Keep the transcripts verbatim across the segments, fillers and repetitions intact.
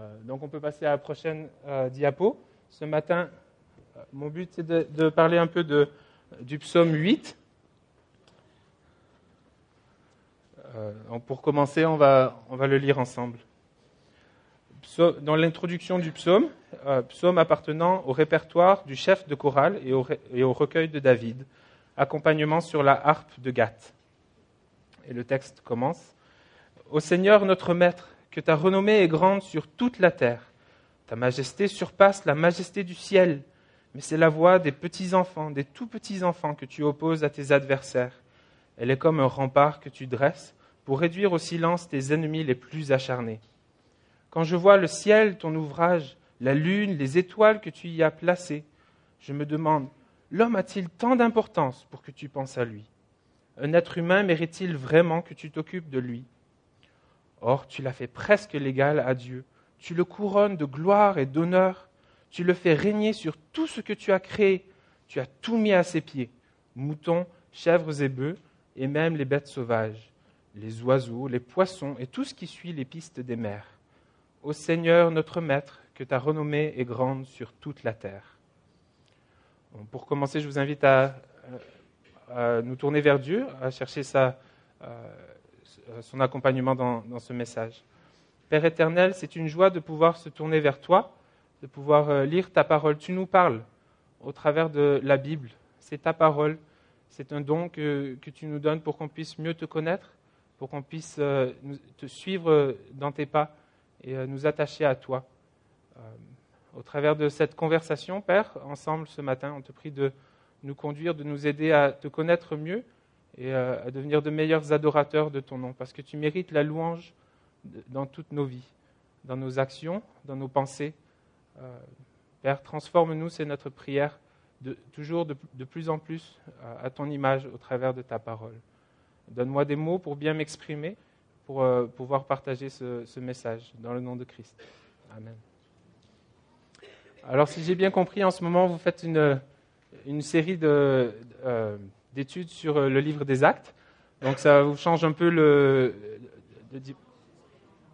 Euh, donc on peut passer à la prochaine euh, diapo. Ce matin, euh, mon but c'est de, de parler un peu de, du psaume huit. Euh, donc pour commencer, on va, on va le lire ensemble. Psaume, dans l'introduction du psaume, euh, psaume appartenant au répertoire du chef de chorale et au, et au recueil de David, accompagnement sur la harpe de Gath. Et le texte commence. Ô Seigneur notre Maître, que ta renommée est grande sur toute la terre. Ta majesté surpasse la majesté du ciel, mais c'est la voix des petits-enfants, des tout petits-enfants que tu opposes à tes adversaires. Elle est comme un rempart que tu dresses pour réduire au silence tes ennemis les plus acharnés. Quand je vois le ciel, ton ouvrage, la lune, les étoiles que tu y as placées, je me demande, l'homme a-t-il tant d'importance pour que tu penses à lui ? Un être humain mérite-t-il vraiment que tu t'occupes de lui ? Or, tu l'as fait presque l'égal à Dieu. Tu le couronnes de gloire et d'honneur. Tu le fais régner sur tout ce que tu as créé. Tu as tout mis à ses pieds. Moutons, chèvres et bœufs, et même les bêtes sauvages, les oiseaux, les poissons et tout ce qui suit les pistes des mers. Ô Seigneur, notre Maître, que ta renommée est grande sur toute la terre. Bon, pour commencer, je vous invite à, à nous tourner vers Dieu, à chercher sa... Euh, son accompagnement dans, dans ce message. Père éternel, c'est une joie de pouvoir se tourner vers toi, de pouvoir euh, lire ta parole. Tu nous parles au travers de la Bible. C'est ta parole. C'est un don que, que tu nous donnes pour qu'on puisse mieux te connaître, pour qu'on puisse euh, nous, te suivre dans tes pas et euh, nous attacher à toi. Euh, au travers de cette conversation, Père, ensemble ce matin, on te prie de nous conduire, de nous aider à te connaître mieux, et à devenir de meilleurs adorateurs de ton nom, parce que tu mérites la louange dans toutes nos vies, dans nos actions, dans nos pensées. Euh, Père, transforme-nous, c'est notre prière, de, toujours de, de plus en plus à ton image au travers de ta parole. Donne-moi des mots pour bien m'exprimer, pour euh, pouvoir partager ce, ce message, dans le nom de Christ. Amen. Alors, si j'ai bien compris, en ce moment, vous faites une, une série de... Euh, d'études sur le livre des Actes. Donc ça vous change un peu le... le, le comment ?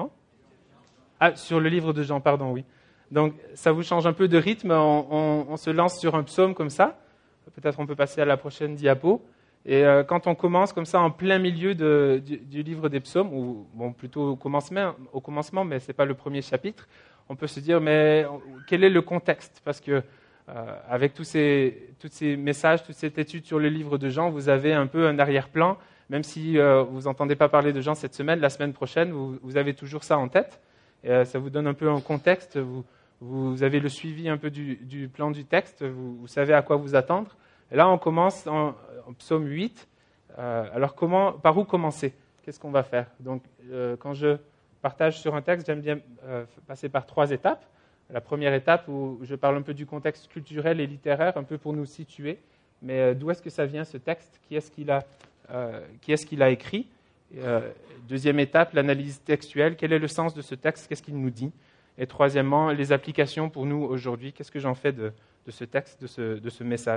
Ah, sur le livre de Jean, pardon, oui. Donc ça vous change un peu de rythme. On, on, on se lance sur un psaume comme ça. Peut-être on peut passer à la prochaine diapo. Et euh, quand on commence comme ça en plein milieu de, du, du livre des psaumes, ou bon, plutôt au commencement, au commencement mais ce n'est pas le premier chapitre, on peut se dire, mais quel est le contexte ? Parce que Euh, avec tous ces, tous ces messages, toute cette étude sur le livre de Jean, vous avez un peu un arrière-plan, même si euh, vous n'entendez pas parler de Jean cette semaine, la semaine prochaine, vous, vous avez toujours ça en tête. Et, euh, ça vous donne un peu un contexte, vous, vous avez le suivi un peu du, du plan du texte, vous, vous savez à quoi vous attendre. Et là, on commence en, en psaume huit. Euh, alors, comment, par où commencer ? Qu'est-ce qu'on va faire ? Donc, euh, quand je partage sur un texte, j'aime bien euh, passer par trois étapes. La première étape où je parle un peu du contexte culturel et littéraire, un peu pour nous situer, mais d'où est-ce que ça vient ce texte ? Qui est-ce qu'il a, euh, qui est-ce qu'il a écrit ? et, euh, Deuxième étape, l'analyse textuelle. Quel est le sens de ce texte ? Qu'est-ce qu'il nous dit ? Et troisièmement, les applications pour nous aujourd'hui. Qu'est-ce que j'en fais de, de ce texte, de ce, de ce message ?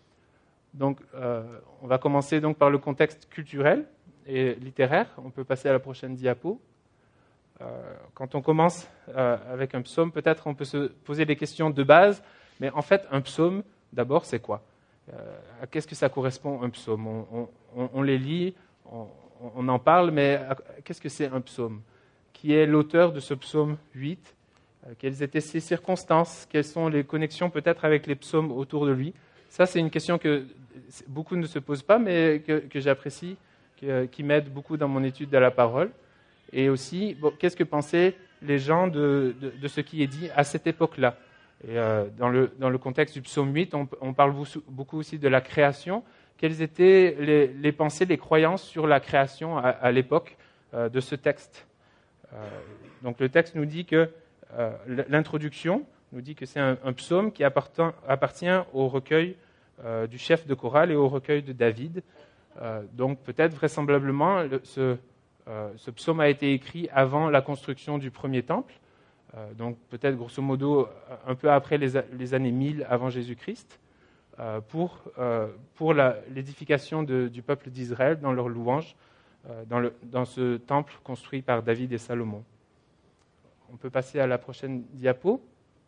Donc, euh, on va commencer donc par le contexte culturel et littéraire. On peut passer à la prochaine diapo. Euh, quand on commence euh, avec un psaume, peut-être on peut se poser des questions de base, mais en fait, un psaume, d'abord, c'est quoi ? euh, À qu'est-ce que ça correspond, un psaume ? on, on, on les lit, on, on en parle, mais à, qu'est-ce que c'est un psaume ? Qui est l'auteur de ce psaume huit ? euh, Quelles étaient ses circonstances ? Quelles sont les connexions peut-être avec les psaumes autour de lui ? Ça, c'est une question que beaucoup ne se posent pas, mais que, que j'apprécie, que, qui m'aide beaucoup dans mon étude de la parole. Et aussi, bon, qu'est-ce que pensaient les gens de, de, de ce qui est dit à cette époque-là ? Et euh, dans, le, dans le contexte du psaume huit, on, on parle beaucoup aussi de la création. Quelles étaient les, les pensées, les croyances sur la création à, à l'époque euh, de ce texte ? euh, Donc le texte nous dit que, euh, l'introduction nous dit que c'est un, un psaume qui appartient, appartient au recueil euh, du chef de chorale et au recueil de David. Euh, donc peut-être vraisemblablement, le, ce... Euh, ce psaume a été écrit avant la construction du premier temple, euh, donc peut-être grosso modo un peu après les, les années mille avant Jésus-Christ, euh, pour, euh, pour la, l'édification de, du peuple d'Israël dans leur louange, euh, dans, le, dans ce temple construit par David et Salomon. on peut passer à la prochaine diapo.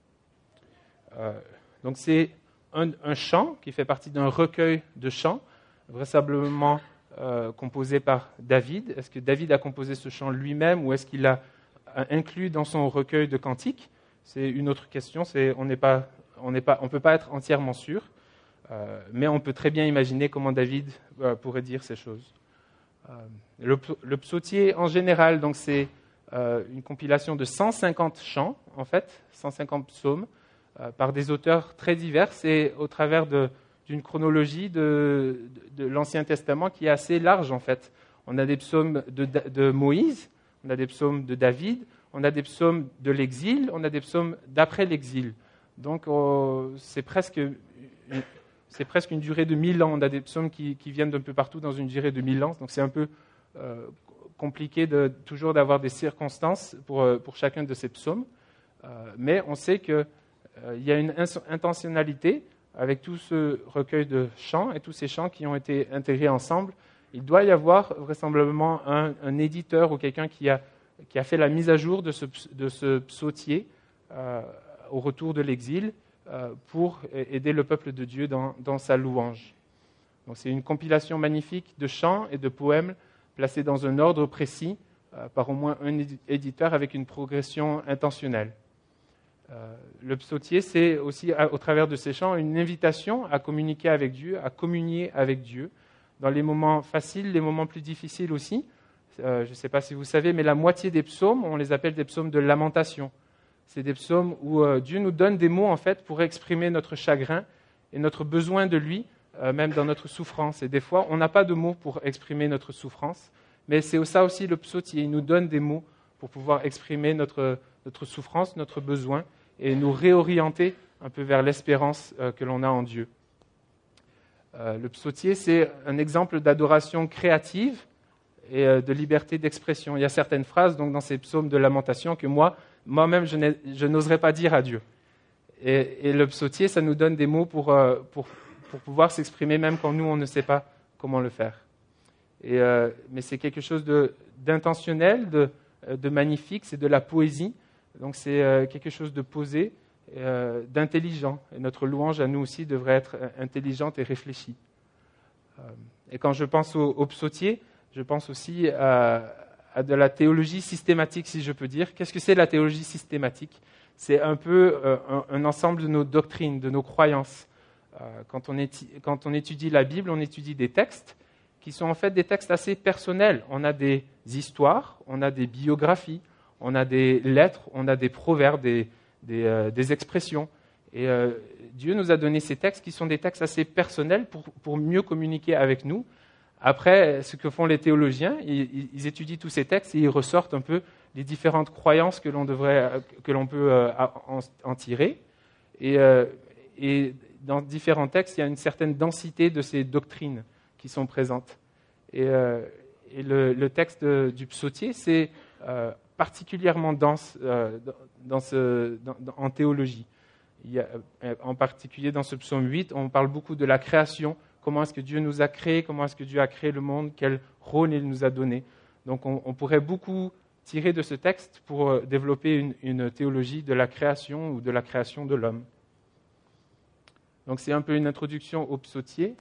Euh, donc c'est un, un chant qui fait partie d'un recueil de chants, vraisemblablement euh, composé par David. Est-ce que David a composé ce chant lui-même ou est-ce qu'il l'a inclus dans son recueil de cantiques? C'est une autre question, c'est, on n'est pas, on n'est pas, on peut pas être entièrement sûr, euh, mais on peut très bien imaginer comment David euh, pourrait dire ces choses. Euh, le, le psautier en général, donc c'est euh, une compilation de cent cinquante chants, en fait, cent cinquante psaumes, euh, par des auteurs très divers et au travers de, d'une chronologie de, de, de l'Ancien Testament qui est assez large, en fait. On a des psaumes de, de Moïse, on a des psaumes de David, on a des psaumes de l'exil, on a des psaumes d'après l'exil. Donc oh, c'est presque une, c'est presque une durée de mille ans. On a des psaumes qui, qui viennent d'un peu partout dans une durée de mille ans. Donc c'est un peu euh, compliqué de, toujours d'avoir des circonstances pour, pour chacun de ces psaumes. Euh, mais on sait qu'il euh, y a une intentionnalité avec tout ce recueil de chants et tous ces chants qui ont été intégrés ensemble. Il doit y avoir vraisemblablement un, un éditeur ou quelqu'un qui a, qui a fait la mise à jour de ce, de ce psautier euh, au retour de l'exil euh, pour aider le peuple de Dieu dans, dans sa louange. Donc, c'est une compilation magnifique de chants et de poèmes placés dans un ordre précis euh, par au moins un éditeur avec une progression intentionnelle. Euh, le psautier, c'est aussi, à, au travers de ces chants, une invitation à communiquer avec Dieu, à communier avec Dieu, dans les moments faciles, les moments plus difficiles aussi. Euh, je ne sais pas si vous savez, mais la moitié des psaumes, on les appelle des psaumes de lamentation. C'est des psaumes où euh, Dieu nous donne des mots, en fait, pour exprimer notre chagrin et notre besoin de lui, euh, même dans notre souffrance. Et des fois, on n'a pas de mots pour exprimer notre souffrance, mais c'est ça aussi le psautier. Il nous donne des mots pour pouvoir exprimer notre, notre souffrance, notre besoin, et nous réorienter un peu vers l'espérance euh, que l'on a en Dieu. Euh, le psautier, c'est un exemple d'adoration créative et euh, de liberté d'expression. Il y a certaines phrases donc, dans ces psaumes de lamentation que moi, moi-même, je, je n'oserais pas dire à Dieu. Et, et le psautier, ça nous donne des mots pour, euh, pour, pour pouvoir s'exprimer même quand nous, on ne sait pas comment le faire. Et, euh, mais c'est quelque chose de, d'intentionnel, de, de magnifique, c'est de la poésie. Donc c'est euh, quelque chose de posé, euh, d'intelligent. Et notre louange à nous aussi devrait être intelligente et réfléchie. Euh, et quand je pense au, au psautier, je pense aussi à, à de la théologie systématique, si je peux dire. Qu'est-ce que c'est la théologie systématique? C'est un peu euh, un, un ensemble de nos doctrines, de nos croyances. Euh, quand, on éti- quand on étudie la Bible, on étudie des textes qui sont en fait des textes assez personnels. On a des histoires, on a des biographies, on a des lettres, on a des proverbes, des, des, euh, des expressions. Et euh, Dieu nous a donné ces textes qui sont des textes assez personnels pour, pour mieux communiquer avec nous. Après, ce que font les théologiens, ils, ils étudient tous ces textes et ils ressortent un peu les différentes croyances que l'on, devrait, que l'on peut euh, en, en tirer. Et, euh, et dans différents textes, il y a une certaine densité de ces doctrines qui sont présentes. Et, euh, et le, le texte de, du psautier, c'est euh, particulièrement dense euh, dans ce, dans, en théologie. Il y a, en particulier dans ce psaume huit, on parle beaucoup de la création. Comment est-ce que Dieu nous a créés? Comment est-ce que Dieu a créé le monde? Quel rôle il nous a donné? Donc on, on pourrait beaucoup tirer de ce texte pour développer une, une théologie de la création ou de la création de l'homme. Donc c'est un peu une introduction au psautier.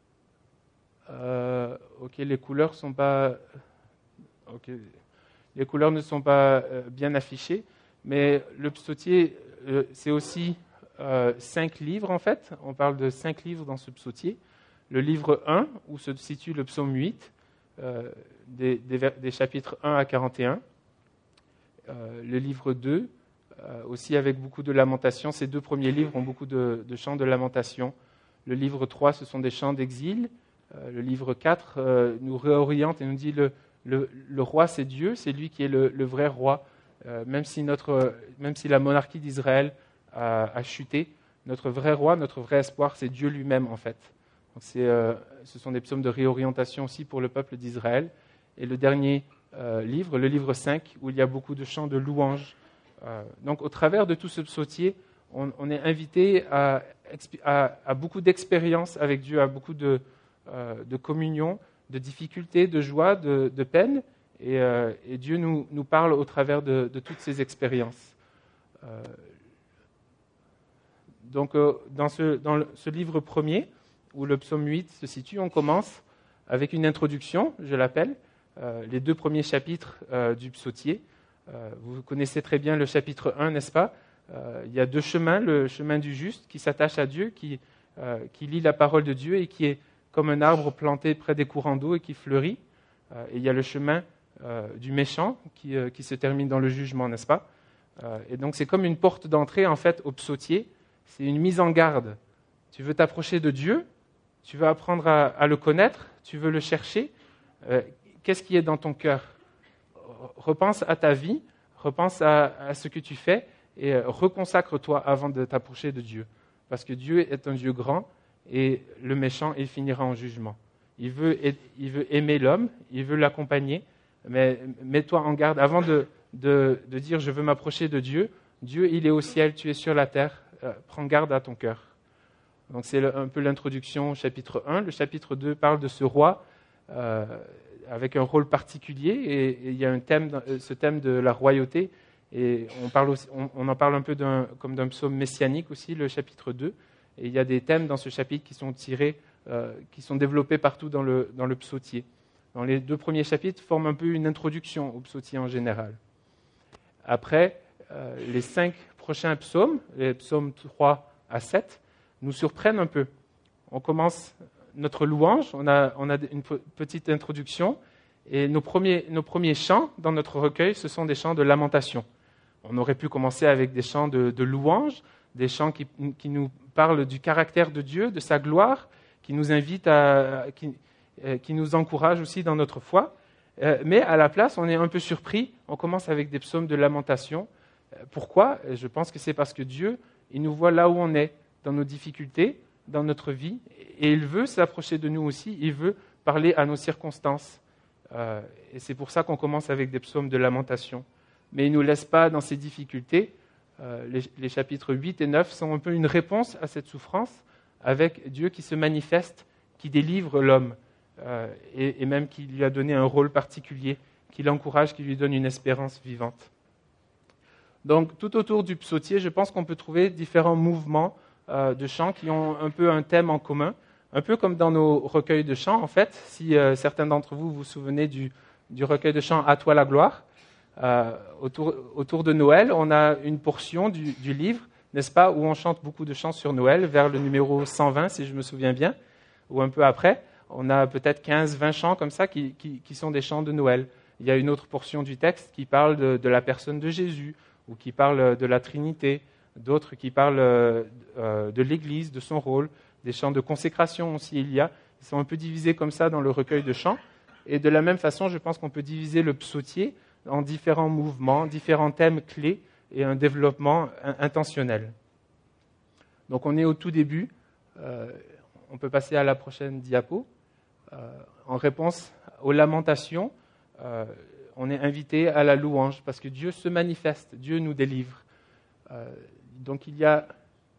Euh, ok, les couleurs sont pas. Ok, les couleurs ne sont pas euh, bien affichées, mais le psautier, euh, c'est aussi euh, cinq livres en fait. On parle de cinq livres dans ce psautier. Le livre un, où se situe le psaume huit, euh, des, des, des chapitres un à quarante et un. Euh, le livre deux, euh, aussi avec beaucoup de lamentations. Ces deux premiers livres ont beaucoup de, de chants de lamentation. Le livre trois, ce sont des chants d'exil. Euh, le livre quatre euh, nous réoriente et nous dit le, le, le roi, c'est Dieu, c'est lui qui est le, le vrai roi. Euh, même, si notre, même si la monarchie d'Israël a, a chuté, notre vrai roi, notre vrai espoir, c'est Dieu lui-même en fait. Donc c'est, euh, ce sont des psaumes de réorientation aussi pour le peuple d'Israël. Et le dernier euh, livre, le livre cinq, où il y a beaucoup de chants de louanges. Euh, donc au travers de tout ce psautier, on, on est invité à, à, à beaucoup d'expériences avec Dieu, à beaucoup de, euh, de communion, de difficultés, de joie, de, de peine. Et, euh, et Dieu nous, nous parle au travers de, de toutes ces expériences. Euh, donc, euh, dans, ce, dans le, ce livre premier, où le psaume huit se situe, on commence avec une introduction, je l'appelle, euh, les deux premiers chapitres euh, du psautier. Euh, vous connaissez très bien le chapitre un, n'est-ce pas? Euh, il y a deux chemins, le chemin du juste qui s'attache à Dieu, qui, euh, qui lit la parole de Dieu et qui est comme un arbre planté près des courants d'eau et qui fleurit. Euh, et il y a le chemin euh, du méchant qui, euh, qui se termine dans le jugement, n'est-ce pas? euh, Et donc c'est comme une porte d'entrée en fait au psautier. C'est une mise en garde. Tu veux t'approcher de Dieu, tu veux apprendre à, à le connaître, tu veux le chercher. Euh, qu'est-ce qui est dans ton cœur? Repense à ta vie, repense à, à ce que tu fais et euh, reconsacre-toi avant de t'approcher de Dieu. Parce que Dieu est un Dieu grand et le méchant, il finira en jugement. Il veut, il veut aimer l'homme, il veut l'accompagner, mais mets-toi en garde avant de, de, de dire je veux m'approcher de Dieu. Dieu, il est au ciel, tu es sur la terre, euh, prends garde à ton cœur. Donc c'est le, un peu l'introduction au chapitre un. Le chapitre deux parle de ce roi euh, avec un rôle particulier et, et il y a un thème, ce thème de la royauté. Et on, parle aussi, on, on en parle un peu d'un, comme d'un psaume messianique aussi, le chapitre deux. Et il y a des thèmes dans ce chapitre qui sont tirés, euh, qui sont développés partout dans le, dans le psautier. Dans les deux premiers chapitres forment un peu une introduction au psautier en général. Après, euh, les cinq prochains psaumes, les psaumes trois à sept, nous surprennent un peu. On commence notre louange, on a, on a une petite introduction, et nos premiers, nos premiers chants dans notre recueil, ce sont des chants de lamentation. On aurait pu commencer avec des chants de, de louange, des chants qui, qui nous parlent du caractère de Dieu, de sa gloire, qui nous invitent à, qui, qui nous encouragent aussi dans notre foi. Mais à la place, on est un peu surpris, on commence avec des psaumes de lamentation. Pourquoi? Je pense que c'est parce que Dieu, il nous voit là où on est, dans nos difficultés, dans notre vie, et il veut s'approcher de nous aussi, il veut parler à nos circonstances. Euh, et c'est pour ça qu'on commence avec des psaumes de lamentation. Mais il ne nous laisse pas dans ces difficultés. Euh, les, les chapitres huit et neuf sont un peu une réponse à cette souffrance, avec Dieu qui se manifeste, qui délivre l'homme, euh, et, et même qui lui a donné un rôle particulier, qui l'encourage, qui lui donne une espérance vivante. Donc tout autour du psautier, je pense qu'on peut trouver différents mouvements euh, de chants qui ont un peu un thème en commun, un peu comme dans nos recueils de chants, en fait. Si euh, certains d'entre vous vous souvenez du, du recueil de chants « À toi la gloire euh, », autour, autour de Noël, on a une portion du, du livre, n'est-ce pas, où on chante beaucoup de chants sur Noël, vers le numéro cent vingt, si je me souviens bien, ou un peu après. On a peut-être quinze vingt chants comme ça qui, qui, qui sont des chants de Noël. Il y a une autre portion du texte qui parle de, de la personne de Jésus, ou qui parle de la Trinité, d'autres qui parlent euh, de l'Église, de son rôle, des chants de consécration aussi il y a. Ils sont un peu divisés comme ça dans le recueil de chants. Et de la même façon, je pense qu'on peut diviser le psautier en différents mouvements, différents thèmes clés et un développement intentionnel. Donc on est au tout début. Euh, on peut passer à la prochaine diapo. Euh, en réponse aux lamentations, euh, on est invité à la louange parce que Dieu se manifeste, Dieu nous délivre. Euh, donc il y a,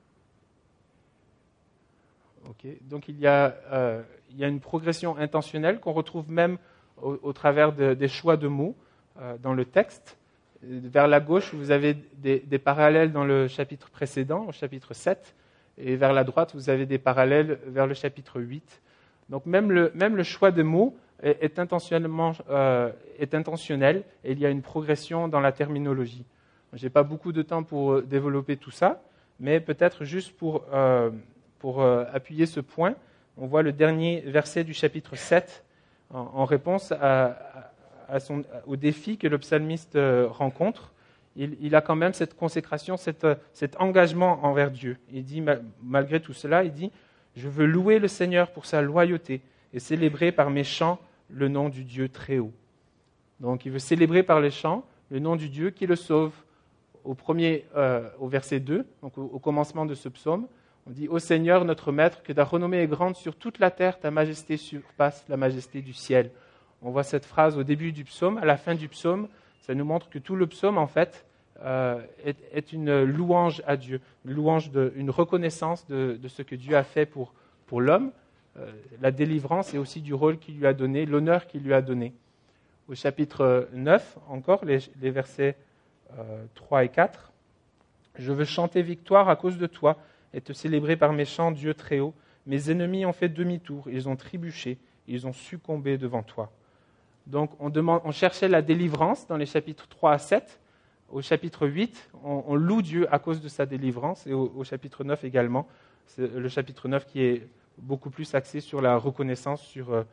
okay, donc il y a, euh, il y a une progression intentionnelle qu'on retrouve même au, au travers de, des choix de mots euh, dans le texte. Vers la gauche, vous avez des, des parallèles dans le chapitre précédent, au chapitre sept, et vers la droite, vous avez des parallèles vers le chapitre huit. Donc même le, même le choix de mots est, est, intentionnellement, euh, est intentionnel, et il y a une progression dans la terminologie. Je n'ai pas beaucoup de temps pour développer tout ça, mais peut-être juste pour, euh, pour euh, appuyer ce point, on voit le dernier verset du chapitre sept en, en réponse à, à son, au défi que le psalmiste euh, rencontre. Il, il a quand même cette consécration, cette, cet engagement envers Dieu. Il dit, malgré tout cela, il dit « Je veux louer le Seigneur pour sa loyauté et célébrer par mes chants le nom du Dieu très haut. » Donc il veut célébrer par les chants le nom du Dieu qui le sauve. Au, premier, euh, au verset deux, donc au, au commencement de ce psaume, on dit « Ô Seigneur, notre Maître, que ta renommée est grande sur toute la terre, ta majesté surpasse la majesté du ciel. » On voit cette phrase au début du psaume, à la fin du psaume, ça nous montre que tout le psaume, en fait, euh, est, est une louange à Dieu, une louange, de, une reconnaissance de, de ce que Dieu a fait pour, pour l'homme, euh, la délivrance et aussi du rôle qu'il lui a donné, l'honneur qu'il lui a donné. au chapitre neuf, encore, les, les versets euh, trois et quatre. « Je veux chanter victoire à cause de toi et te célébrer par mes chants, Dieu très haut. Mes ennemis ont fait demi-tour, ils ont trébuché, ils ont succombé devant toi. » Donc on, demande, on cherchait la délivrance dans les chapitres trois à sept. Au chapitre huit, on, on loue Dieu à cause de sa délivrance, et au, au chapitre neuf également. C'est le chapitre neuf qui est beaucoup plus axé sur la reconnaissance, sur euh,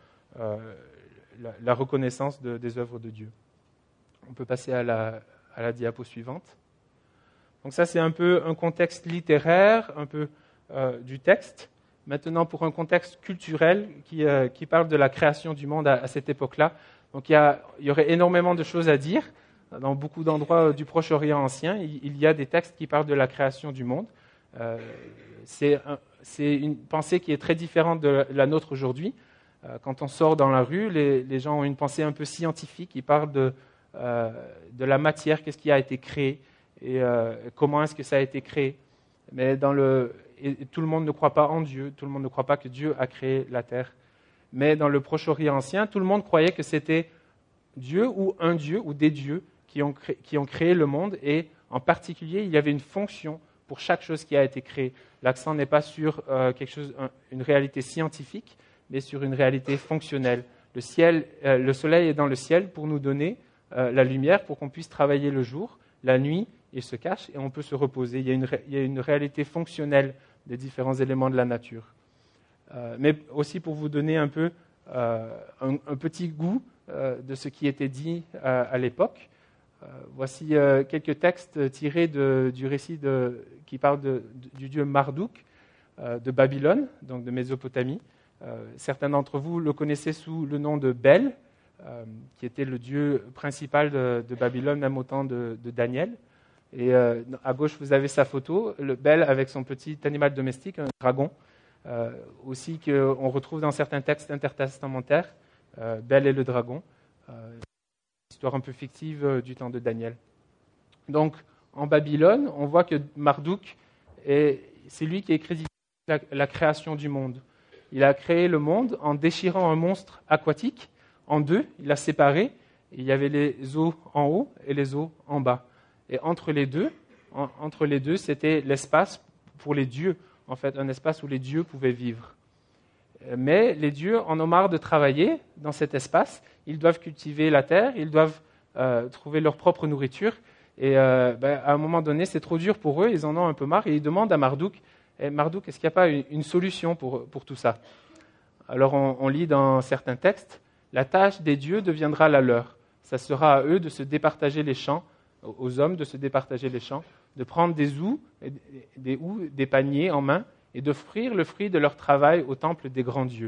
la, la reconnaissance de, des œuvres de Dieu. On peut passer à la, à la diapo suivante. Donc ça, c'est un peu un contexte littéraire, un peu euh, du texte. Maintenant, pour un contexte culturel qui, euh, qui parle de la création du monde à, à cette époque-là. Donc il y, a, il y aurait énormément de choses à dire. Dans beaucoup d'endroits du Proche-Orient ancien, il, il y a des textes qui parlent de la création du monde. Euh, c'est, un, c'est une pensée qui est très différente de la nôtre aujourd'hui. Euh, quand on sort dans la rue, les, les gens ont une pensée un peu scientifique. Ils parlent de, euh, de la matière, qu'est-ce qui a été créé et euh, comment est-ce que ça a été créé. Mais dans le, et tout le monde ne croit pas en Dieu, tout le monde ne croit pas que Dieu a créé la terre. Mais dans le Proche-Orient ancien, tout le monde croyait que c'était Dieu ou un Dieu ou des dieux qui ont, créé, qui ont créé le monde, et en particulier, il y avait une fonction pour chaque chose qui a été créée. L'accent n'est pas sur euh, quelque chose, un, une réalité scientifique, mais sur une réalité fonctionnelle. Le, ciel, euh, le soleil est dans le ciel pour nous donner euh, la lumière, pour qu'on puisse travailler le jour. La nuit, il se cache et on peut se reposer. Il y a une, il y a une réalité fonctionnelle des différents éléments de la nature. Euh, mais aussi pour vous donner un peu euh, un, un petit goût euh, de ce qui était dit euh, à l'époque. Euh, voici euh, quelques textes tirés de, du récit de, qui parle de, de, du dieu Marduk euh, de Babylone, donc de Mésopotamie. Euh, certains d'entre vous le connaissaient sous le nom de Bel, euh, qui était le dieu principal de, de Babylone, même au temps de, de Daniel. Et euh, à gauche, vous avez sa photo, le Bel avec son petit animal domestique, un dragon, euh, aussi qu'on retrouve dans certains textes intertestamentaires, euh, Bel et le dragon, euh, histoire un peu fictive euh, du temps de Daniel. Donc, en Babylone, on voit que Marduk, est, c'est lui qui a crédité la, la création du monde. Il a créé le monde en déchirant un monstre aquatique en deux, il l'a séparé, il y avait les eaux en haut et les eaux en bas. Et entre les deux, en, entre les deux, c'était l'espace pour les dieux, en fait, un espace où les dieux pouvaient vivre. Mais les dieux en ont marre de travailler dans cet espace, ils doivent cultiver la terre, ils doivent euh, trouver leur propre nourriture, et euh, ben, à un moment donné, c'est trop dur pour eux, ils en ont un peu marre, et ils demandent à Marduk, eh, Marduk, est-ce qu'il n'y a pas une, une solution pour, pour tout ça? Alors on, on lit dans certains textes, la tâche des dieux deviendra la leur, ça sera à eux de se départager les champs, aux hommes de se départager les champs, de prendre des houes, des, houes, des paniers en main et d'offrir le fruit de leur travail au temple des grands dieux.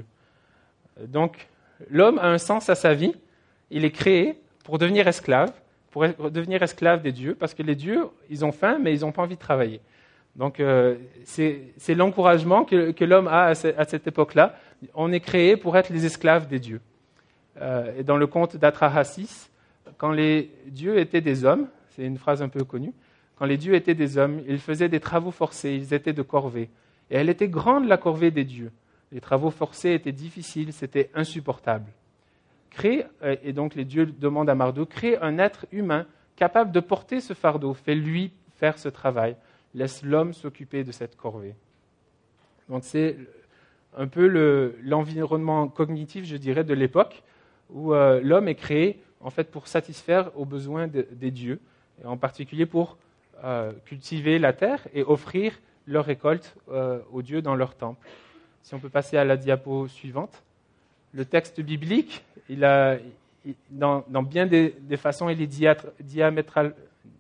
Donc, l'homme a un sens à sa vie. Il est créé pour devenir esclave, pour devenir esclave des dieux, parce que les dieux, ils ont faim, mais ils n'ont pas envie de travailler. Donc, euh, c'est, c'est l'encouragement que, que l'homme a à, ce, à cette époque-là. On est créé pour être les esclaves des dieux. Euh, et dans le conte d'Atrahasis, quand les dieux étaient des hommes, c'est une phrase un peu connue, quand les dieux étaient des hommes, ils faisaient des travaux forcés, ils étaient de corvée. Et elle était grande, la corvée des dieux. Les travaux forcés étaient difficiles, c'était insupportable. Crée, et donc les dieux demandent à Marduk, crée un être humain capable de porter ce fardeau, fais-lui faire ce travail, laisse l'homme s'occuper de cette corvée. Donc c'est un peu le, l'environnement cognitif, je dirais, de l'époque, où euh, l'homme est créé en fait pour satisfaire aux besoins de, des dieux, et en particulier pour euh, cultiver la terre et offrir leur récolte euh, aux dieux dans leur temple. Si on peut passer à la diapo suivante. Le texte biblique, il a, il, dans, dans bien des, des façons, il est diatre, diamétral,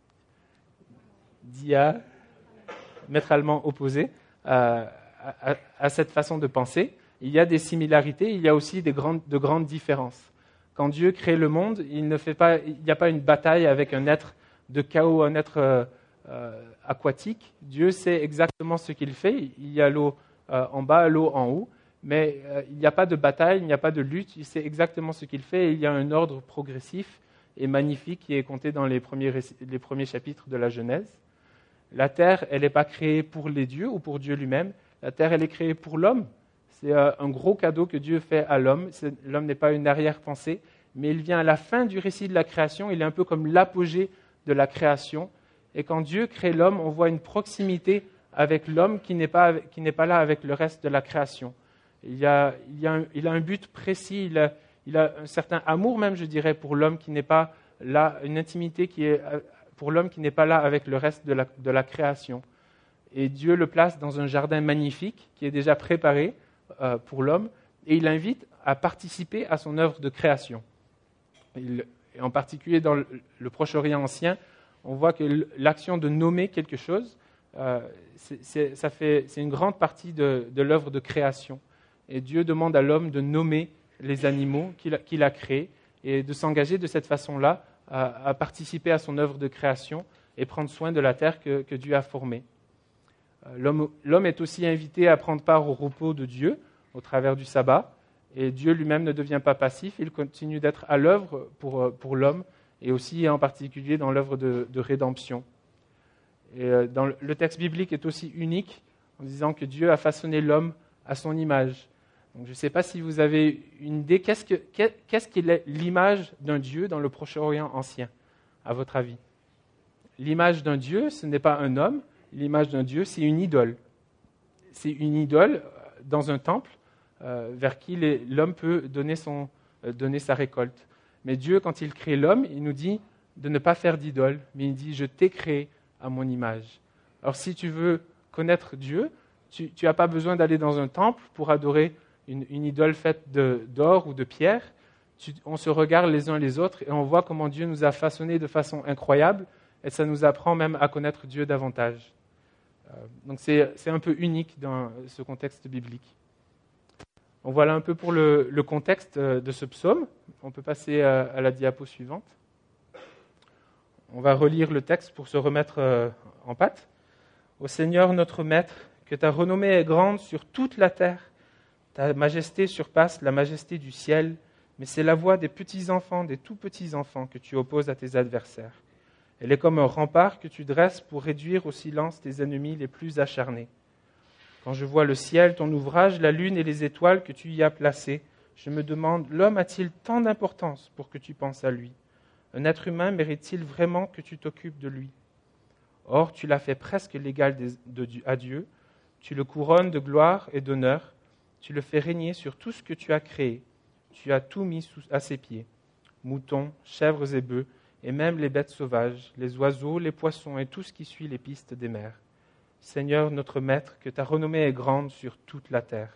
diamétralement opposé à, à, à cette façon de penser. Il y a des similarités, il y a aussi des grandes, de grandes différences. Quand Dieu crée le monde, il ne fait pas, il n'y a pas une bataille avec un être de chaos, un être euh, euh, aquatique. Dieu sait exactement ce qu'il fait. Il y a l'eau euh, en bas, l'eau en haut, mais euh, il n'y a pas de bataille, il n'y a pas de lutte. Il sait exactement ce qu'il fait. Et il y a un ordre progressif et magnifique qui est compté dans les premiers, les premiers chapitres de la Genèse. La terre, elle n'est pas créée pour les dieux ou pour Dieu lui-même. La terre, elle est créée pour l'homme. C'est un gros cadeau que Dieu fait à l'homme. C'est, l'homme n'est pas une arrière-pensée, mais il vient à la fin du récit de la création, il est un peu comme l'apogée de la création. Et quand Dieu crée l'homme, on voit une proximité avec l'homme qui n'est pas, qui n'est pas là avec le reste de la création. Il, y a, il, y a un, il a un but précis, il a, il a un certain amour même, je dirais, pour l'homme qui n'est pas là, une intimité qui est pour l'homme qui n'est pas là avec le reste de la, de la création. Et Dieu le place dans un jardin magnifique qui est déjà préparé euh, pour l'homme, et il l'invite à participer à son œuvre de création. Il, et en particulier dans le, le Proche-Orient ancien, on voit que l'action de nommer quelque chose, euh, c'est, c'est, ça fait, c'est une grande partie de, de l'œuvre de création. Et Dieu demande à l'homme de nommer les animaux qu'il a, qu'il a créés et de s'engager de cette façon-là à, à participer à son œuvre de création et prendre soin de la terre que, que Dieu a formée. L'homme, l'homme est aussi invité à prendre part au repos de Dieu au travers du sabbat. Et Dieu lui-même ne devient pas passif, il continue d'être à l'œuvre pour, pour l'homme et aussi en particulier dans l'œuvre de, de rédemption. Et dans le, le texte biblique est aussi unique en disant que Dieu a façonné l'homme à son image. Donc, je ne sais pas si vous avez une idée, qu'est-ce, que, qu'est-ce qu'il est l'image d'un Dieu dans le Proche-Orient ancien, à votre avis? L'image d'un Dieu, ce n'est pas un homme, l'image d'un Dieu, c'est une idole. C'est une idole dans un temple euh, vers qui les, l'homme peut donner, son, euh, donner sa récolte. Mais Dieu, quand il crée l'homme, il nous dit de ne pas faire d'idole, mais il dit « je t'ai créé à mon image ». Alors si tu veux connaître Dieu, tu n'as pas besoin d'aller dans un temple pour adorer une, une idole faite de, d'or ou de pierre. Tu, on se regarde les uns les autres et on voit comment Dieu nous a façonnés de façon incroyable et ça nous apprend même à connaître Dieu davantage. Euh, donc c'est, c'est un peu unique dans ce contexte biblique. Donc voilà un peu pour le, le contexte de ce psaume. On peut passer à, à la diapo suivante. On va relire le texte pour se remettre en pâte. Ô Seigneur notre Maître, que ta renommée est grande sur toute la terre. Ta majesté surpasse la majesté du ciel, mais c'est la voix des petits-enfants, des tout-petits-enfants que tu opposes à tes adversaires. Elle est comme un rempart que tu dresses pour réduire au silence tes ennemis les plus acharnés. Quand je vois le ciel, ton ouvrage, la lune et les étoiles que tu y as placées, je me demande, l'homme a-t-il tant d'importance pour que tu penses à lui? Un être humain mérite-t-il vraiment que tu t'occupes de lui? Or, tu l'as fait presque l'égal à Dieu, tu le couronnes de gloire et d'honneur, tu le fais régner sur tout ce que tu as créé, tu as tout mis sous, à ses pieds, moutons, chèvres et bœufs, et même les bêtes sauvages, les oiseaux, les poissons et tout ce qui suit les pistes des mers. Seigneur notre Maître, que ta renommée est grande sur toute la terre.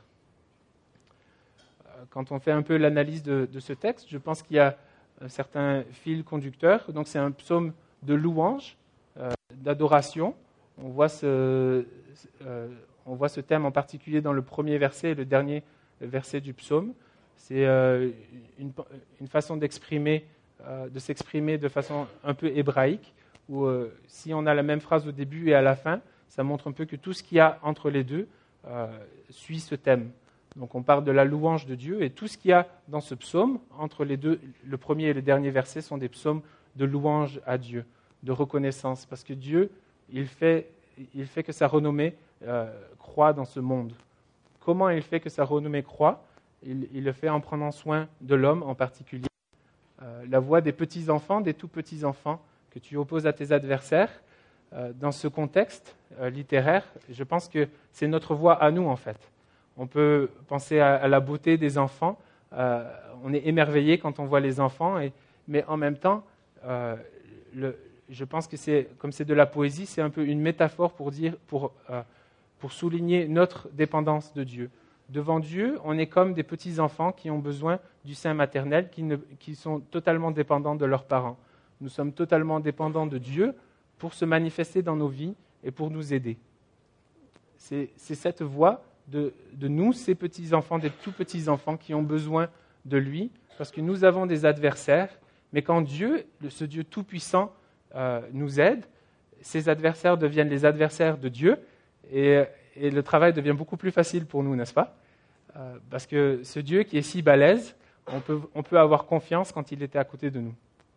Quand on fait un peu l'analyse de, de ce texte, je pense qu'il y a un certain fil conducteur. Donc c'est un psaume de louange, euh, d'adoration. On voit, ce, euh, on voit ce thème en particulier dans le premier verset et le dernier verset du psaume. C'est euh, une, une façon d'exprimer, euh, de s'exprimer de façon un peu hébraïque, où euh, si on a la même phrase au début et à la fin, ça montre un peu que tout ce qu'il y a entre les deux euh, suit ce thème. Donc on parle de la louange de Dieu et tout ce qu'il y a dans ce psaume, entre les deux, le premier et le dernier verset, sont des psaumes de louange à Dieu, de reconnaissance, parce que Dieu, il fait, il fait que sa renommée euh, croît dans ce monde. Comment il fait que sa renommée croît? il, il le fait en prenant soin de l'homme en particulier. Euh, la voix des petits-enfants, des tout-petits-enfants que tu opposes à tes adversaires, euh, dans ce contexte euh, littéraire, je pense que c'est notre voix à nous en fait. On peut penser à, à la beauté des enfants, euh, on est émerveillé quand on voit les enfants, et, mais en même temps, euh, le, je pense que c'est, comme c'est de la poésie, c'est un peu une métaphore pour, dire, pour, euh, pour souligner notre dépendance de Dieu. Devant Dieu, on est comme des petits-enfants qui ont besoin du sein maternel, qui, ne, qui sont totalement dépendants de leurs parents. Nous sommes totalement dépendants de Dieu pour se manifester dans nos vies et pour nous aider. C'est, c'est cette voix de, de nous, ces petits-enfants, des tout petits-enfants qui ont besoin de lui, parce que nous avons des adversaires, mais quand Dieu, ce Dieu tout-puissant, euh, nous aide, ces adversaires deviennent les adversaires de Dieu, et, et le travail devient beaucoup plus facile pour nous, n'est-ce pas? euh, Parce que ce Dieu qui est si balèze, on peut, on peut avoir confiance quand il était à côté de nous.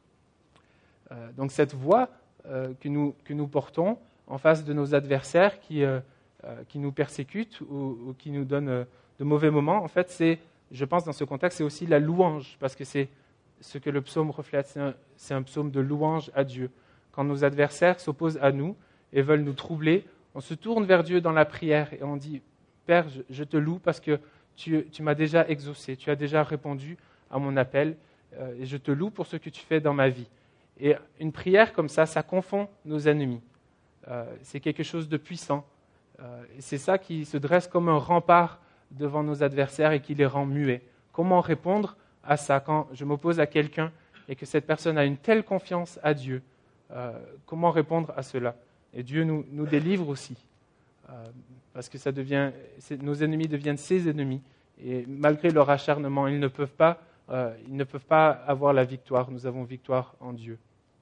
Euh, donc cette voix euh, que, nous, que nous portons en face de nos adversaires qui, euh, euh, qui nous persécutent ou, ou qui nous donnent euh, de mauvais moments, en fait, c'est, je pense dans ce contexte, c'est aussi la louange, parce que c'est ce que le psaume reflète. C'est un, c'est un psaume de louange à Dieu. Quand nos adversaires s'opposent à nous et veulent nous troubler, on se tourne vers Dieu dans la prière et on dit « Père, je, je te loue parce que tu, tu m'as déjà exaucé, tu as déjà répondu à mon appel euh, et je te loue pour ce que tu fais dans ma vie. » Et une prière comme ça, ça confond nos ennemis. Euh, c'est quelque chose de puissant. Euh, et c'est ça qui se dresse comme un rempart devant nos adversaires et qui les rend muets. Comment répondre à ça quand je m'oppose à quelqu'un et que cette personne a une telle confiance à Dieu? euh, Comment répondre à cela? Et Dieu nous, nous délivre aussi, euh, parce que ça devient, nos ennemis deviennent ses ennemis. Et malgré leur acharnement, ils ne peuvent pas, euh, ils ne peuvent pas avoir la victoire. Nous avons victoire en Dieu.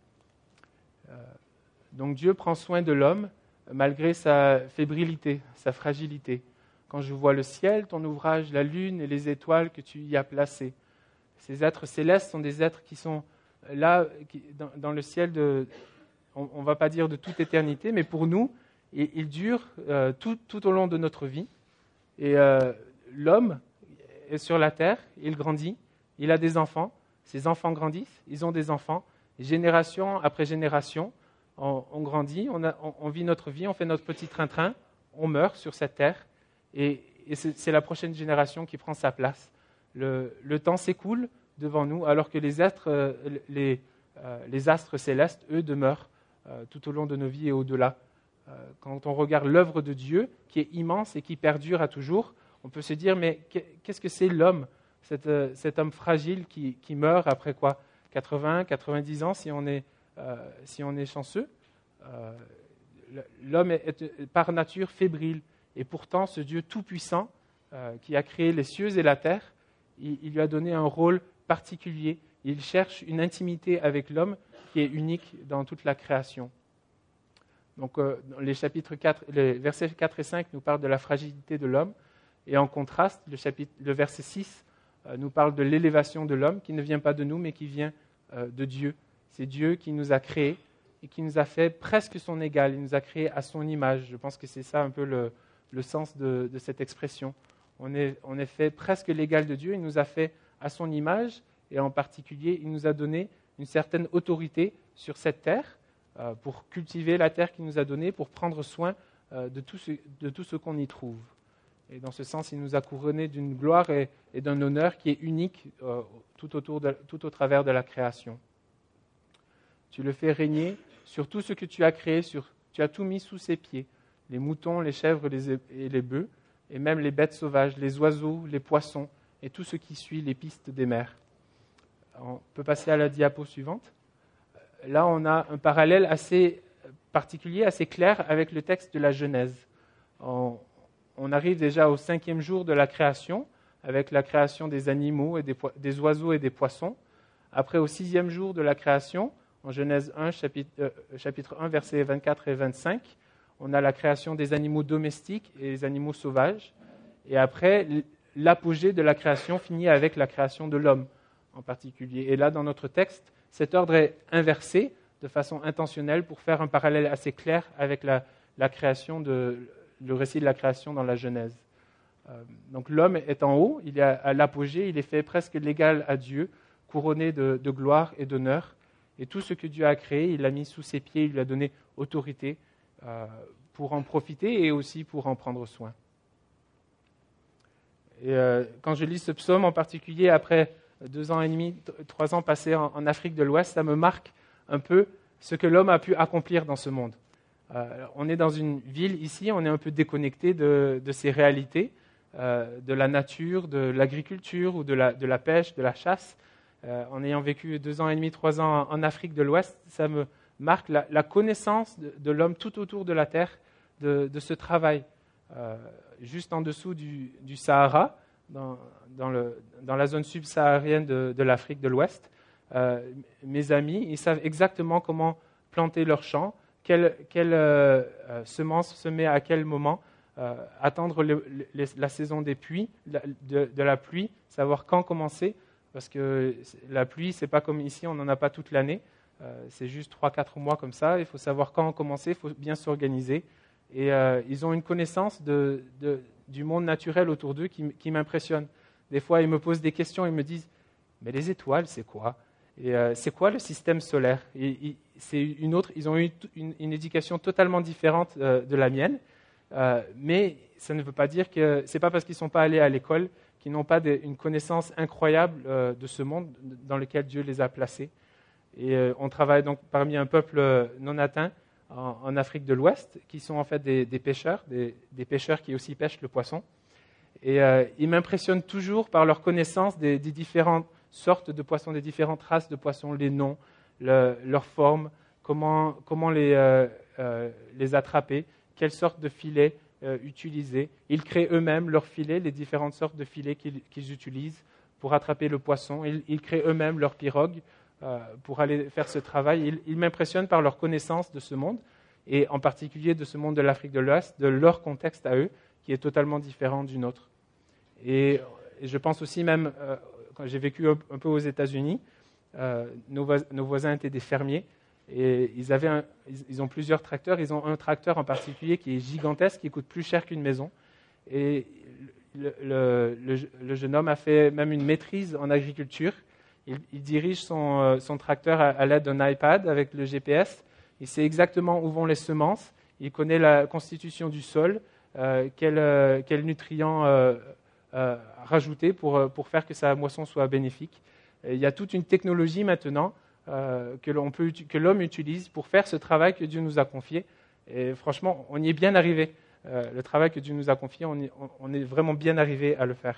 Euh, donc Dieu prend soin de l'homme malgré sa fébrilité, sa fragilité. Quand je vois le ciel, ton ouvrage, la lune et les étoiles que tu y as placées. Ces êtres célestes sont des êtres qui sont là, qui, dans, dans le ciel, de, on ne va pas dire de toute éternité, mais pour nous, ils, ils durent euh, tout, tout au long de notre vie. Et euh, l'homme est sur la terre, il grandit, il a des enfants, ses enfants grandissent, ils ont des enfants, et génération après génération, on, on grandit, on, a, on, on vit notre vie, on fait notre petit train-train, on meurt sur cette terre, et, et c'est, c'est la prochaine génération qui prend sa place. Le, le temps s'écoule devant nous, alors que les, êtres, euh, les, euh, les astres célestes, eux, demeurent euh, tout au long de nos vies et au-delà. Euh, quand on regarde l'œuvre de Dieu, qui est immense et qui perdure à toujours, on peut se dire, mais qu'est-ce que c'est l'homme, cet, euh, cet homme fragile qui, qui meurt après quoi, quatre-vingts, quatre-vingt-dix ans, si on est, euh, si on est chanceux. Euh, l'homme est, est par nature fébrile, et pourtant ce Dieu tout-puissant, euh, qui a créé les cieux et la terre, il, il lui a donné un rôle particulier. Il cherche une intimité avec l'homme qui est unique dans toute la création. Donc, euh, les, chapitres quatre, les versets quatre et cinq nous parlent de la fragilité de l'homme, et en contraste, le, chapitre, le verset six euh, nous parle de l'élévation de l'homme, qui ne vient pas de nous, mais qui vient euh, de Dieu. C'est Dieu qui nous a créés et qui nous a fait presque son égal. Il nous a créés à son image. Je pense que c'est ça un peu le, le sens de, de cette expression. On est, on est fait presque l'égal de Dieu. Il nous a fait à son image, et en particulier, il nous a donné une certaine autorité sur cette terre, euh, pour cultiver la terre qu'il nous a donnée, pour prendre soin euh, de, tout ce, de tout ce qu'on y trouve. Et dans ce sens, il nous a couronnés d'une gloire et, et d'un honneur qui est unique euh, tout, autour de, tout au travers de la création. Tu le fais régner sur tout ce que tu as créé, sur, tu as tout mis sous ses pieds, les moutons, les chèvres les, et les bœufs, et même les bêtes sauvages, les oiseaux, les poissons, et tout ce qui suit les pistes des mers. On peut passer à la diapo suivante. Là, on a un parallèle assez particulier, assez clair avec le texte de la Genèse. On, on arrive déjà au cinquième jour de la création, avec la création des animaux, et des, des oiseaux et des poissons. Après, au sixième jour de la création, en Genèse un, chapitre, euh, chapitre un, versets vingt-quatre et vingt-cinq, on a la création des animaux domestiques et des animaux sauvages. Et après, l'apogée de la création finit avec la création de l'homme en particulier. Et là, dans notre texte, cet ordre est inversé de façon intentionnelle pour faire un parallèle assez clair avec la, la création de, le récit de la création dans la Genèse. Euh, donc l'homme est en haut, il est à, à l'apogée, il est fait presque l'égal à Dieu, couronné de, de gloire et d'honneur. Et tout ce que Dieu a créé, il l'a mis sous ses pieds, il lui a donné autorité euh, pour en profiter et aussi pour en prendre soin. Et euh, quand je lis ce psaume en particulier, après deux ans et demi, trois ans passés en, en Afrique de l'Ouest, ça me marque un peu ce que l'homme a pu accomplir dans ce monde. Euh, on est dans une ville ici, on est un peu déconnecté de, de ces réalités, euh, de la nature, de l'agriculture ou de la, de la pêche, de la chasse. Euh, en ayant vécu deux ans et demi, trois ans en, en Afrique de l'Ouest, ça me marque la, la connaissance de, de l'homme tout autour de la terre, de, de ce travail. Euh, juste en dessous du, du Sahara, dans, dans, le, dans la zone subsaharienne de, de l'Afrique de l'Ouest, euh, mes amis, ils savent exactement comment planter leurs champs, quelle, quelle euh, euh, semence semer à quel moment, euh, attendre le, le, la saison des pluies, de, de la pluie, savoir quand commencer, parce que la pluie, ce n'est pas comme ici, on n'en a pas toute l'année, euh, c'est juste trois quatre mois comme ça, il faut savoir quand commencer, il faut bien s'organiser. Et euh, ils ont une connaissance de, de, du monde naturel autour d'eux qui, qui m'impressionne. Des fois, ils me posent des questions, ils me disent « Mais les étoiles, c'est quoi ?» Et euh, c'est quoi le système solaire? et, et, c'est une autre, Ils ont eu une, une éducation totalement différente euh, de la mienne, euh, mais ça ne veut pas dire que c'est pas parce qu'ils ne sont pas allés à l'école qu'ils n'ont pas des, une connaissance incroyable euh, de ce monde dans lequel Dieu les a placés. Et euh, on travaille donc parmi un peuple euh, non atteint en, en Afrique de l'Ouest, qui sont en fait des, des pêcheurs, des, des pêcheurs qui aussi pêchent le poisson. Et euh, ils m'impressionnent toujours par leur connaissance des, des différentes sortes de poissons, des différentes races de poissons, les noms, le, leur forme, comment, comment les, euh, euh, les attraper, quelles sortes de filets euh, utiliser. Ils créent eux-mêmes leurs filets, les différentes sortes de filets qu'ils, qu'ils utilisent pour attraper le poisson. Ils, ils créent eux-mêmes leurs pirogues euh, pour aller faire ce travail. Ils, ils m'impressionnent par leur connaissance de ce monde, et en particulier de ce monde de l'Afrique de l'Ouest, de leur contexte à eux, qui est totalement différent du nôtre. Et, et je pense aussi même, euh, quand j'ai vécu un, un peu aux États-Unis, euh, nos, vois, nos voisins étaient des fermiers, et ils, avaient un, ils, ils ont plusieurs tracteurs. Ils ont un tracteur en particulier qui est gigantesque, qui coûte plus cher qu'une maison. Et le, le, le, le jeune homme a fait même une maîtrise en agriculture. Il, il dirige son, son tracteur à, à l'aide d'un iPad avec le G P S. Il sait exactement où vont les semences. Il connaît la constitution du sol, euh, quels euh, quel nutriments euh, euh, rajouter pour, pour faire que sa moisson soit bénéfique. Et il y a toute une technologie maintenant euh, que, l'on peut, que l'homme utilise pour faire ce travail que Dieu nous a confié. Et franchement, on y est bien arrivé. Euh, le travail que Dieu nous a confié, on, y, on est vraiment bien arrivé à le faire.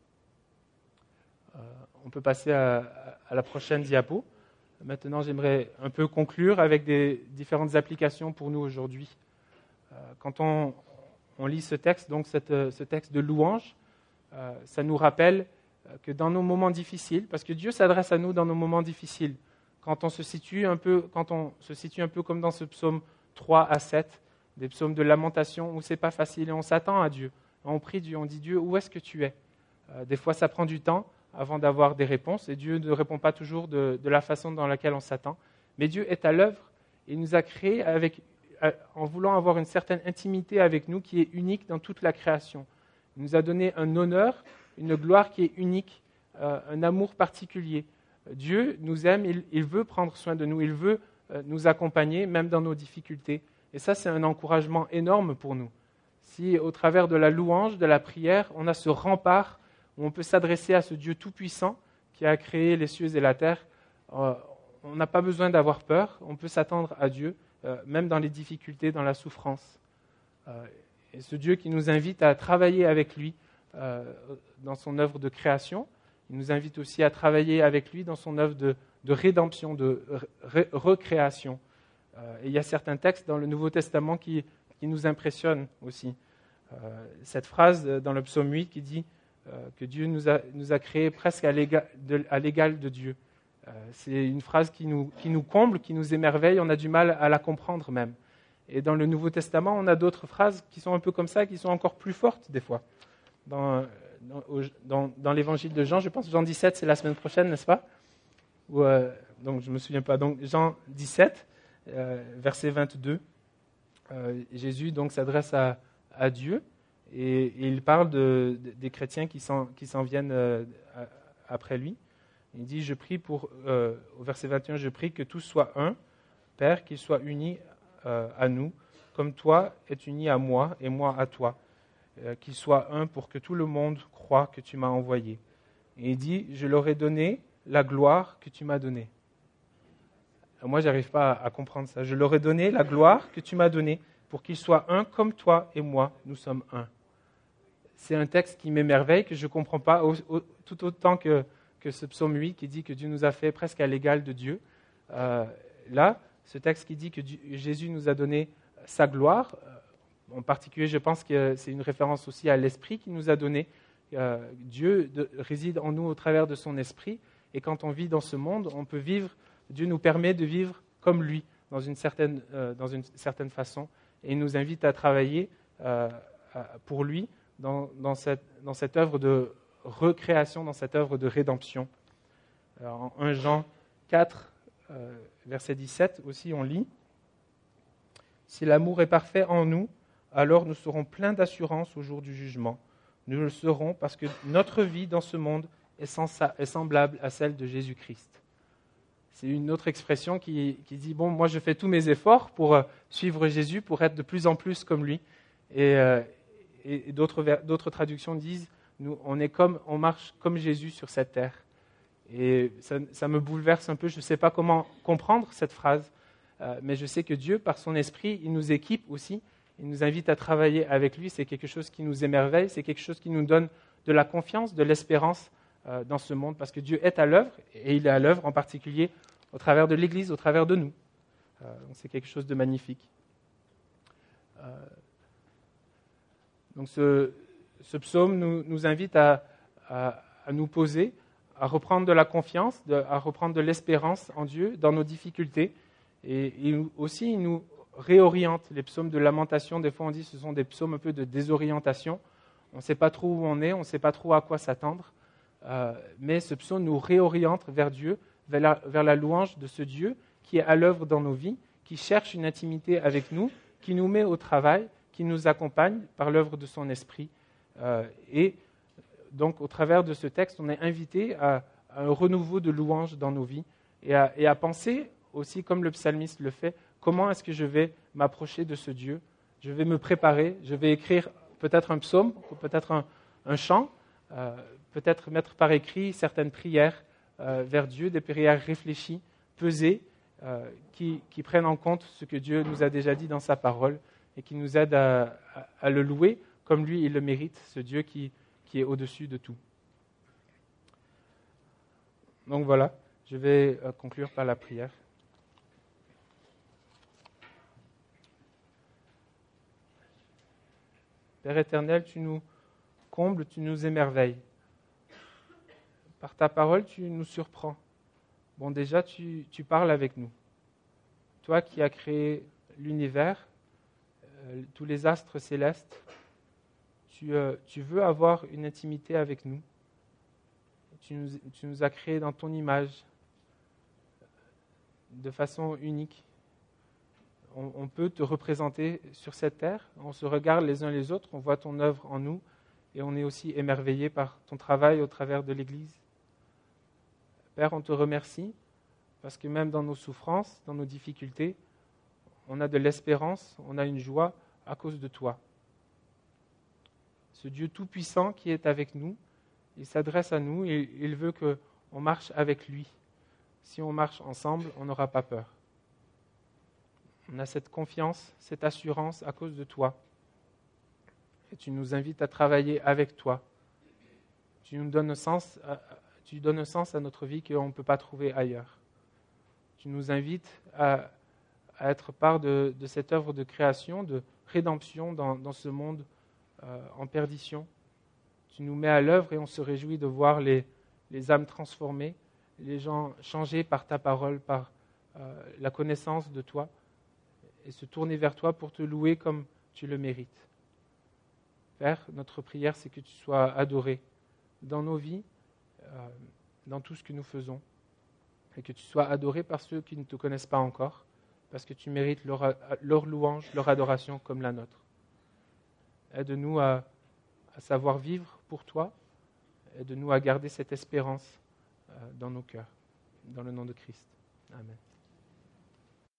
Euh, on peut passer à, à la prochaine diapo. Maintenant, j'aimerais un peu conclure avec des différentes applications pour nous aujourd'hui. Euh, quand on, on lit ce texte, donc cette, ce texte de louange, euh, ça nous rappelle que dans nos moments difficiles, parce que Dieu s'adresse à nous dans nos moments difficiles, quand on se situe un peu, quand on se situe un peu comme dans ce psaume trois à sept, des psaumes de lamentation où c'est pas facile et on s'attend à Dieu. On prie Dieu, on dit Dieu, où est-ce que tu es? euh, Des fois, ça prend du temps avant d'avoir des réponses, et Dieu ne répond pas toujours de, de la façon dans laquelle on s'attend. Mais Dieu est à l'œuvre, et il nous a créés avec, en voulant avoir une certaine intimité avec nous qui est unique dans toute la création. Il nous a donné un honneur, une gloire qui est unique, euh, un amour particulier. Dieu nous aime, il, il veut prendre soin de nous, il veut euh, nous accompagner, même dans nos difficultés. Et ça, c'est un encouragement énorme pour nous. Si, au travers de la louange, de la prière, on a ce rempart où on peut s'adresser à ce Dieu tout-puissant qui a créé les cieux et la terre, euh, on n'a pas besoin d'avoir peur, on peut s'attendre à Dieu, euh, même dans les difficultés, dans la souffrance. Euh, et ce Dieu qui nous invite à travailler avec lui euh, dans son œuvre de création, il nous invite aussi à travailler avec lui dans son œuvre de, de rédemption, de ré, recréation. Euh, et il y a certains textes dans le Nouveau Testament qui, qui nous impressionnent aussi. Euh, cette phrase dans le psaume huit qui dit euh, que Dieu nous a, nous a créés presque à l'égal de, à l'égal de Dieu. Euh, c'est une phrase qui nous, qui nous comble, qui nous émerveille, on a du mal à la comprendre même. Et dans le Nouveau Testament, on a d'autres phrases qui sont un peu comme ça, qui sont encore plus fortes des fois. Dans, dans, dans, dans l'évangile de Jean, je pense Jean dix-sept, c'est la semaine prochaine, n'est-ce pas? Ou, euh, donc je ne me souviens pas. Donc Jean dix-sept, euh, verset vingt-deux, euh, Jésus donc s'adresse à, à Dieu et, et il parle de, de, des chrétiens qui s'en, qui s'en viennent euh, après lui. Il dit, je prie pour, euh, au verset vingt et un, je prie que tous soient un, Père, qu'ils soient unis euh, à nous, comme toi es uni à moi et moi à toi. Euh, qu'ils soient un pour que tout le monde croie que tu m'as envoyé. Et il dit, je leur ai donné la gloire que tu m'as donnée. Moi, je n'arrive pas à, à comprendre ça. Je leur ai donné la gloire que tu m'as donnée pour qu'ils soient un comme toi et moi, nous sommes un. C'est un texte qui m'émerveille, que je ne comprends pas, au, au, tout autant que, que ce psaume huit qui dit que Dieu nous a fait presque à l'égal de Dieu. Euh, là, ce texte qui dit que Dieu, Jésus nous a donné sa gloire, en particulier, je pense que c'est une référence aussi à l'Esprit qu'il nous a donné. Euh, Dieu de, réside en nous au travers de son Esprit. Et quand on vit dans ce monde, on peut vivre, Dieu nous permet de vivre comme lui, dans une certaine, euh, dans une certaine façon. Et il nous invite à travailler euh, pour lui dans, dans, cette, dans cette œuvre de recréation, dans cette œuvre de rédemption. Alors, en premier Jean quatre, euh, verset dix-sept aussi, on lit « Si l'amour est parfait en nous, alors nous serons pleins d'assurance au jour du jugement. Nous le serons parce que notre vie dans ce monde est semblable à celle de Jésus-Christ. » c'est une autre expression qui, qui dit, bon, moi je fais tous mes efforts pour euh, suivre Jésus, pour être de plus en plus comme lui. Et, euh, et d'autres, d'autres traductions disent, nous, on, est comme, on marche comme Jésus sur cette terre. Et ça, ça me bouleverse un peu, je ne sais pas comment comprendre cette phrase, euh, mais je sais que Dieu, par son esprit, il nous équipe aussi, il nous invite à travailler avec lui, c'est quelque chose qui nous émerveille, c'est quelque chose qui nous donne de la confiance, de l'espérance euh, dans ce monde, parce que Dieu est à l'œuvre, et il est à l'œuvre en particulier au travers de l'Église, au travers de nous. Euh, donc c'est quelque chose de magnifique. Euh, donc ce, ce psaume nous, nous invite à, à, à nous poser, à reprendre de la confiance, de, à reprendre de l'espérance en Dieu dans nos difficultés, et, et aussi il nous réoriente. Les psaumes de lamentation, des fois on dit que ce sont des psaumes un peu de désorientation. On ne sait pas trop où on est, on ne sait pas trop à quoi s'attendre. Euh, mais ce psaume nous réoriente vers Dieu, vers la, vers la louange de ce Dieu qui est à l'œuvre dans nos vies, qui cherche une intimité avec nous, qui nous met au travail, qui nous accompagne par l'œuvre de son esprit. Euh, et donc au travers de ce texte, on est invité à, à un renouveau de louange dans nos vies et à, et à penser aussi, comme le psalmiste le fait, comment est-ce que je vais m'approcher de ce Dieu? Je vais me préparer, je vais écrire peut-être un psaume, ou peut-être un, un chant, euh, peut-être mettre par écrit certaines prières euh, vers Dieu, des prières réfléchies, pesées, euh, qui, qui prennent en compte ce que Dieu nous a déjà dit dans sa parole et qui nous aident à, à, à le louer comme lui, il le mérite, ce Dieu qui, qui est au-dessus de tout. Donc voilà, je vais euh, conclure par la prière. Père éternel, tu nous combles, tu nous émerveilles. Par ta parole, tu nous surprends. Bon, déjà, tu, tu parles avec nous. Toi qui as créé l'univers, euh, tous les astres célestes, tu, euh, tu veux avoir une intimité avec nous. Tu nous, tu nous as créés dans ton image, de façon unique. On, on peut te représenter sur cette terre, on se regarde les uns les autres, on voit ton œuvre en nous, et on est aussi émerveillé par ton travail au travers de l'Église. Père, on te remercie, parce que même dans nos souffrances, dans nos difficultés, on a de l'espérance, on a une joie à cause de toi. Ce Dieu tout-puissant qui est avec nous, il s'adresse à nous et il veut qu'on marche avec lui. Si on marche ensemble, on n'aura pas peur. On a cette confiance, cette assurance à cause de toi. Et tu nous invites à travailler avec toi. Tu nous donnes un sens, tu donnes un sens à notre vie qu'on ne peut pas trouver ailleurs. Tu nous invites à, à être part de, de cette œuvre de création, de rédemption dans, dans ce monde euh, en perdition. Tu nous mets à l'œuvre et on se réjouit de voir les, les âmes transformées, les gens changés par ta parole, par euh, la connaissance de toi, et se tourner vers toi pour te louer comme tu le mérites. Père, notre prière, c'est que tu sois adoré dans nos vies, euh, dans tout ce que nous faisons, et que tu sois adoré par ceux qui ne te connaissent pas encore, parce que tu mérites leur, leur louange, leur adoration comme la nôtre. Aide-nous à, à savoir vivre pour toi, aide-nous à garder cette espérance euh, dans nos cœurs, dans le nom de Christ. Amen.